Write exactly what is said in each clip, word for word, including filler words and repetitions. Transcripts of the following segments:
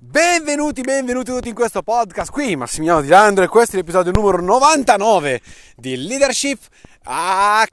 Benvenuti, benvenuti tutti in questo podcast. Qui Massimiliano Di Landro e questo è l'episodio numero novantanove di Leadership a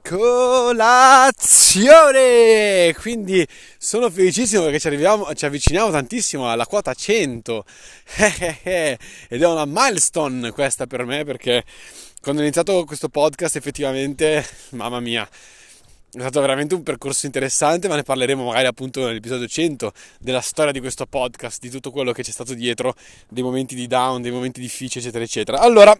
colazione. Quindi sono felicissimo perché ci arriviamo, ci avviciniamo tantissimo alla quota cento ed è una milestone questa per me, perché quando ho iniziato questo podcast effettivamente, mamma mia, è stato veramente un percorso interessante, ma ne parleremo magari appunto nell'episodio cento della storia di questo podcast, di tutto quello che c'è stato dietro, dei momenti di down, dei momenti difficili, eccetera, eccetera. Allora,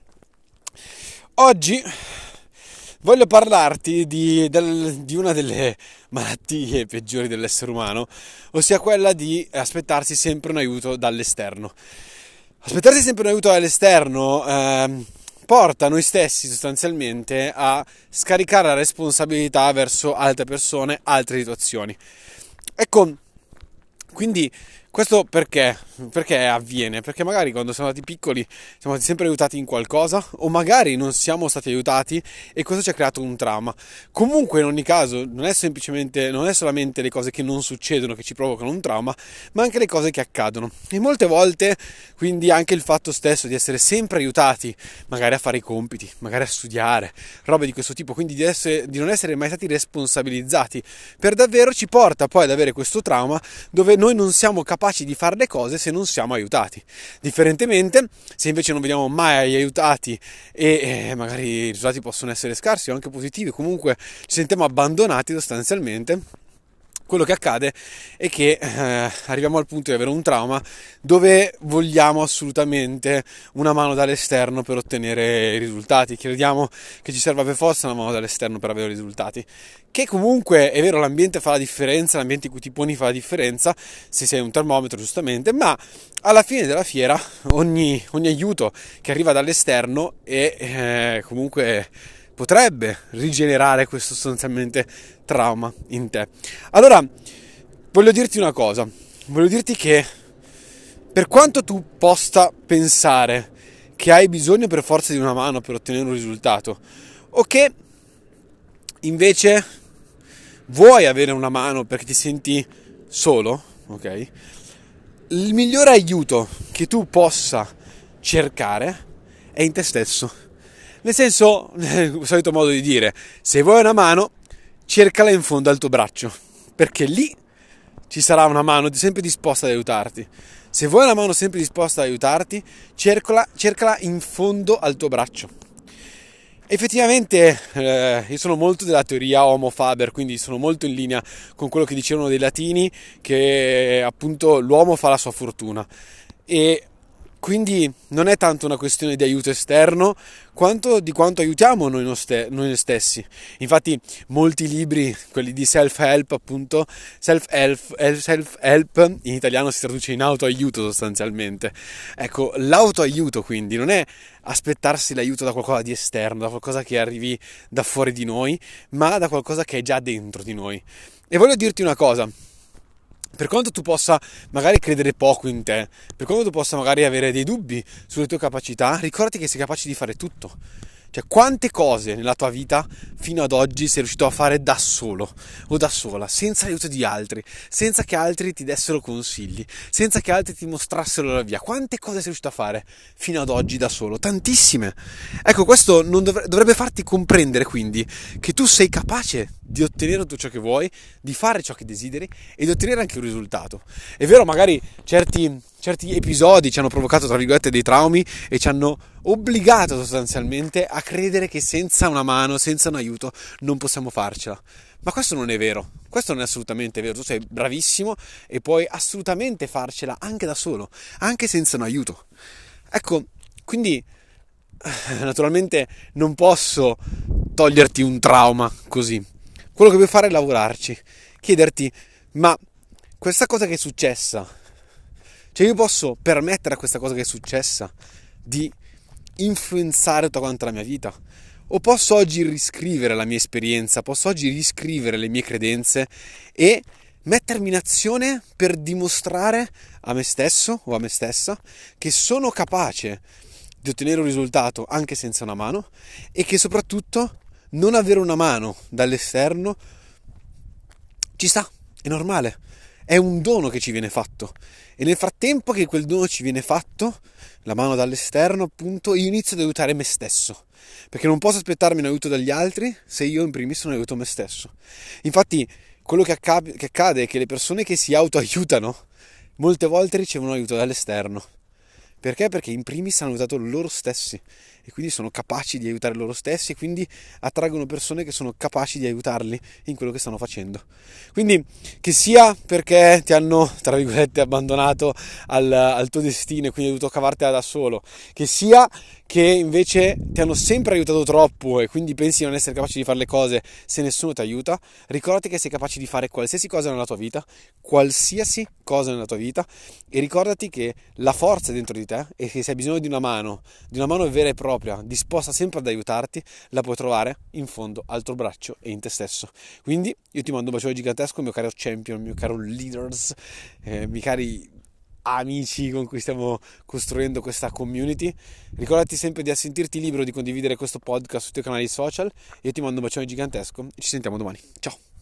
oggi voglio parlarti di, del, di una delle malattie peggiori dell'essere umano, ossia quella di aspettarsi sempre un aiuto dall'esterno. Aspettarsi sempre un aiuto dall'esterno ehm, porta noi stessi sostanzialmente a scaricare la responsabilità verso altre persone, altre situazioni. Ecco, quindi questo perché? Perché avviene? Perché magari quando siamo stati piccoli siamo stati sempre aiutati in qualcosa, o magari non siamo stati aiutati e questo ci ha creato un trauma. Comunque in ogni caso non è semplicemente, non è solamente le cose che non succedono che ci provocano un trauma, ma anche le cose che accadono. E molte volte quindi anche il fatto stesso di essere sempre aiutati, magari a fare i compiti, magari a studiare, robe di questo tipo, quindi di, essere, di non essere mai stati responsabilizzati per davvero, ci porta poi ad avere questo trauma dove noi non siamo capaci di fare le cose se non siamo aiutati. Differentemente, se invece non veniamo mai aiutati e eh, magari i risultati possono essere scarsi o anche positivi, comunque ci sentiamo abbandonati sostanzialmente, quello che accade è che eh, arriviamo al punto di avere un trauma dove vogliamo assolutamente una mano dall'esterno per ottenere i risultati. Crediamo che ci serva per forza una mano dall'esterno per avere i risultati. Che comunque è vero, l'ambiente fa la differenza, l'ambiente in cui ti poni fa la differenza, se sei un termometro giustamente, ma alla fine della fiera ogni, ogni aiuto che arriva dall'esterno è eh, comunque potrebbe rigenerare questo sostanzialmente trauma in te. Allora, voglio dirti una cosa, voglio dirti che per quanto tu possa pensare che hai bisogno per forza di una mano per ottenere un risultato, o che invece vuoi avere una mano perché ti senti solo, ok? Il migliore aiuto che tu possa cercare è in te stesso. Nel senso, il solito modo di dire, se vuoi una mano, cercala in fondo al tuo braccio, perché lì ci sarà una mano sempre disposta ad aiutarti. Se vuoi una mano sempre disposta ad aiutarti, cercala, cercala in fondo al tuo braccio. Effettivamente eh, io sono molto della teoria Homo Faber, quindi sono molto in linea con quello che dicevano dei latini, che appunto l'uomo fa la sua fortuna. E quindi non è tanto una questione di aiuto esterno quanto di quanto aiutiamo noi, noste- noi stessi. Infatti molti libri, quelli di self-help appunto, self-help, self-help in italiano si traduce in autoaiuto sostanzialmente. Ecco, l'autoaiuto quindi non è aspettarsi l'aiuto da qualcosa di esterno, da qualcosa che arrivi da fuori di noi, ma da qualcosa che è già dentro di noi. E voglio dirti una cosa. Per quanto tu possa magari credere poco in te, per quanto tu possa magari avere dei dubbi sulle tue capacità, ricordati che sei capace di fare tutto. Cioè, quante cose nella tua vita fino ad oggi sei riuscito a fare da solo o da sola, senza l'aiuto di altri, senza che altri ti dessero consigli, senza che altri ti mostrassero la via. Quante cose sei riuscito a fare fino ad oggi da solo? Tantissime. Ecco, questo non dovre- dovrebbe farti comprendere quindi che tu sei capace di ottenere tutto ciò che vuoi, di fare ciò che desideri e di ottenere anche un risultato. È vero, magari certi, certi episodi ci hanno provocato, tra virgolette, dei traumi e ci hanno obbligato sostanzialmente a credere che senza una mano, senza un aiuto, non possiamo farcela. Ma questo non è vero, questo non è assolutamente vero. Tu sei bravissimo e puoi assolutamente farcela anche da solo, anche senza un aiuto. Ecco, quindi naturalmente non posso toglierti un trauma così. Quello che puoi fare è lavorarci, chiederti, ma questa cosa che è successa, cioè io posso permettere a questa cosa che è successa di influenzare tutta quanta la mia vita? O posso oggi riscrivere la mia esperienza, posso oggi riscrivere le mie credenze e mettermi in azione per dimostrare a me stesso o a me stessa che sono capace di ottenere un risultato anche senza una mano, e che soprattutto non avere una mano dall'esterno ci sta, è normale. è un dono che ci viene fatto, e nel frattempo che quel dono ci viene fatto, la mano dall'esterno appunto, io inizio ad aiutare me stesso, perché non posso aspettarmi un aiuto dagli altri se io in primis non aiuto me stesso. Infatti quello che accade, che accade è che le persone che si autoaiutano molte volte ricevono aiuto dall'esterno. Perché? Perché in primis hanno aiutato loro stessi e quindi sono capaci di aiutare loro stessi, e quindi attraggono persone che sono capaci di aiutarli in quello che stanno facendo. Quindi che sia perché ti hanno, tra virgolette, abbandonato al, al tuo destino e quindi hai dovuto cavartela da solo, che sia che invece ti hanno sempre aiutato troppo e quindi pensi di non essere capaci di fare le cose se nessuno ti aiuta, ricordati che sei capace di fare qualsiasi cosa nella tua vita, qualsiasi cosa nella tua vita, e ricordati che la forza è dentro di te e che se hai bisogno di una mano, di una mano vera e propria, disposta sempre ad aiutarti, la puoi trovare in fondo al tuo braccio e in te stesso. Quindi io ti mando un bacione gigantesco, mio caro champion, mio caro leaders, eh, miei cari amici con cui stiamo costruendo questa community. Ricordati sempre di sentirti libero di condividere questo podcast sui tuoi canali social. Io ti mando un bacione gigantesco e ci sentiamo domani. Ciao!